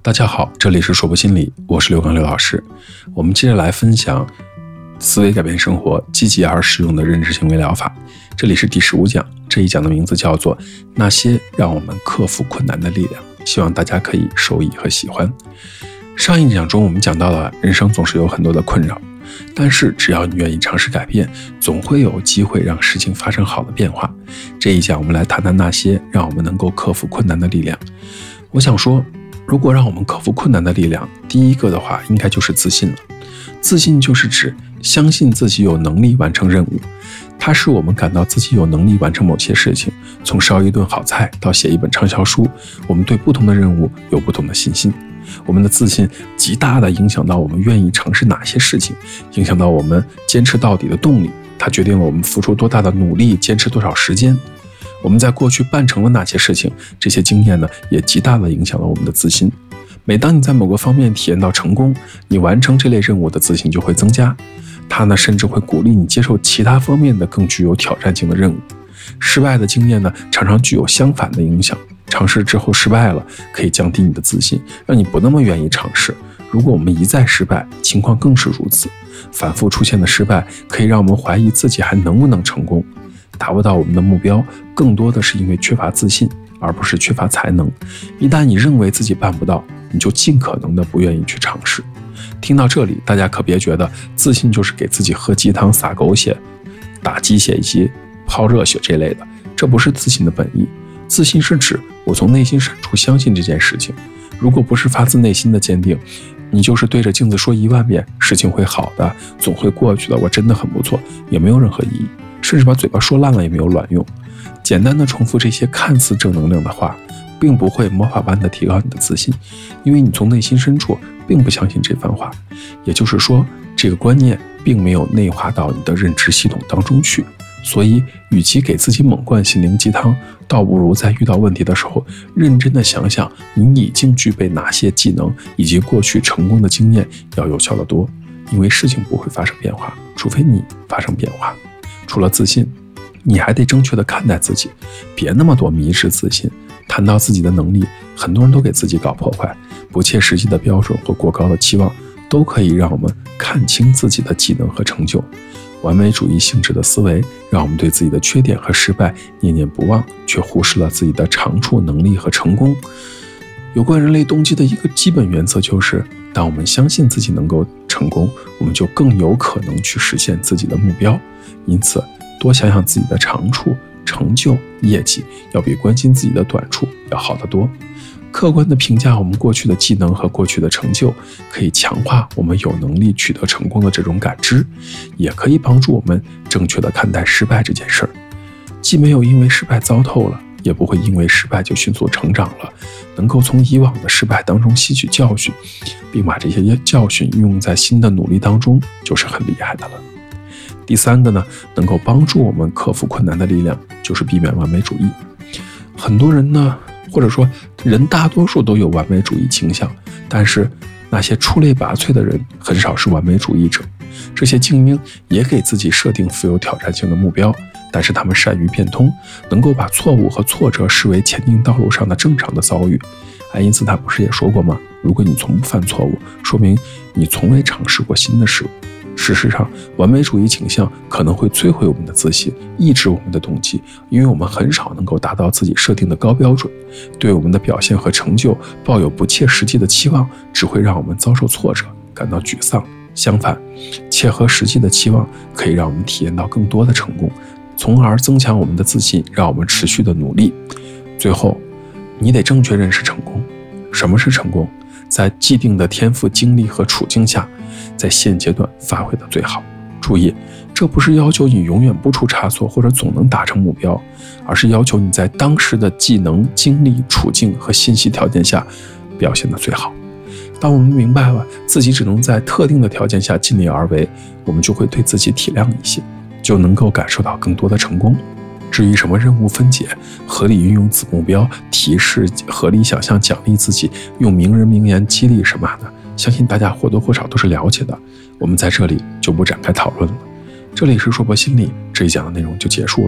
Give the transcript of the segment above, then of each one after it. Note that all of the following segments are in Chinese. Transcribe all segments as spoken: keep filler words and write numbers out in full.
大家好，这里是说博心理，我是刘刚刘老师。我们接着来分享思维改变生活积极而实用的认知行为疗法。这里是第十五讲，这一讲的名字叫做那些让我们克服困难的力量，希望大家可以受益和喜欢。上一讲中我们讲到了人生总是有很多的困扰，但是只要你愿意尝试改变，总会有机会让事情发生好的变化。这一讲我们来谈谈那些让我们能够克服困难的力量。我想说，如果让我们克服困难的力量，第一个的话应该就是自信了。自信就是指相信自己有能力完成任务，它使我们感到自己有能力完成某些事情。从烧一顿好菜到写一本畅销书，我们对不同的任务有不同的信心。我们的自信极大地影响到我们愿意尝试哪些事情，影响到我们坚持到底的动力，它决定了我们付出多大的努力，坚持多少时间。我们在过去办成了哪些事情，这些经验呢，也极大地影响了我们的自信。每当你在某个方面体验到成功，你完成这类任务的自信就会增加，它呢甚至会鼓励你接受其他方面的更具有挑战性的任务。失败的经验呢，常常具有相反的影响。尝试之后失败了，可以降低你的自信，让你不那么愿意尝试。如果我们一再失败，情况更是如此。反复出现的失败可以让我们怀疑自己还能不能成功。达不到我们的目标，更多的是因为缺乏自信，而不是缺乏才能。一旦你认为自己办不到，你就尽可能的不愿意去尝试。听到这里，大家可别觉得自信就是给自己喝鸡汤、撒狗血、打鸡血以及泡热血这类的，这不是自信的本意。自信是指我从内心深处相信这件事情。如果不是发自内心的坚定，你就是对着镜子说一万遍事情会好的，总会过去的，我真的很不错，也没有任何意义，甚至把嘴巴说烂了也没有卵用。简单的重复这些看似正能量的话，并不会魔法般的提高你的自信，因为你从内心深处并不相信这番话。也就是说，这个观念并没有内化到你的认知系统当中去。所以与其给自己猛灌心灵鸡汤，倒不如在遇到问题的时候认真的想想你已经具备哪些技能，以及过去成功的经验要有效的多。因为事情不会发生变化，除非你发生变化。除了自信，你还得正确的看待自己，别那么多迷之自信。谈到自己的能力，很多人都给自己搞破坏，不切实际的标准或过高的期望都可以让我们看清自己的技能和成就。完美主义性质的思维让我们对自己的缺点和失败念念不忘，却忽视了自己的长处、能力和成功。有关人类动机的一个基本原则就是，当我们相信自己能够成功，我们就更有可能去实现自己的目标。因此，多想想自己的长处、成就、业绩，要比关心自己的短处要好得多。客观地评价我们过去的技能和过去的成就，可以强化我们有能力取得成功的这种感知，也可以帮助我们正确地看待失败这件事儿。既没有因为失败糟透了，也不会因为失败就迅速成长了。能够从以往的失败当中吸取教训，并把这些教训运用在新的努力当中，就是很厉害的了。第三个呢，能够帮助我们克服困难的力量，就是避免完美主义。很多人呢，或者说人大多数都有完美主义倾向，但是那些出类拔萃的人很少是完美主义者。这些精英也给自己设定富有挑战性的目标，但是他们善于变通，能够把错误和挫折视为前进道路上的正常的遭遇。爱因斯坦不是也说过吗？如果你从不犯错误，说明你从未尝试过新的事物。事实上，完美主义倾向可能会摧毁我们的自信，抑制我们的动机，因为我们很少能够达到自己设定的高标准。对我们的表现和成就抱有不切实际的期望，只会让我们遭受挫折，感到沮丧。相反，切合实际的期望可以让我们体验到更多的成功，从而增强我们的自信，让我们持续的努力。最后，你得正确认识成功。什么是成功？在既定的天赋、经历和处境下，在现阶段发挥的最好。注意，这不是要求你永远不出差错或者总能达成目标，而是要求你在当时的技能、经历、处境和信息条件下表现的最好。当我们明白了自己只能在特定的条件下尽力而为，我们就会对自己体谅一些，就能够感受到更多的成功。至于什么任务分解、合理运用子目标、提示、合理想象、奖励自己、用名人名言激励什么的，相信大家或多或少都是了解的，我们在这里就不展开讨论了。这里是说博心理，这一讲的内容就结束了。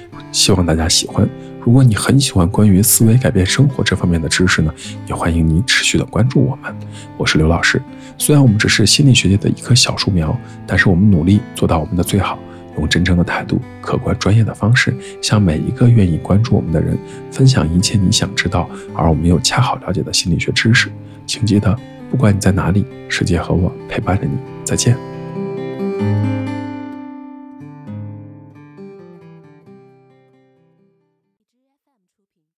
希望大家喜欢。如果你很喜欢关于思维改变生活这方面的知识呢，也欢迎你持续的关注我们。我是刘老师。虽然我们只是心理学界的一棵小树苗，但是我们努力做到我们的最好，用真诚的态度、客观专业的方式，向每一个愿意关注我们的人分享一切你想知道而我们又恰好了解的心理学知识。请记得，不管你在哪里，世界和我陪伴着你。再见。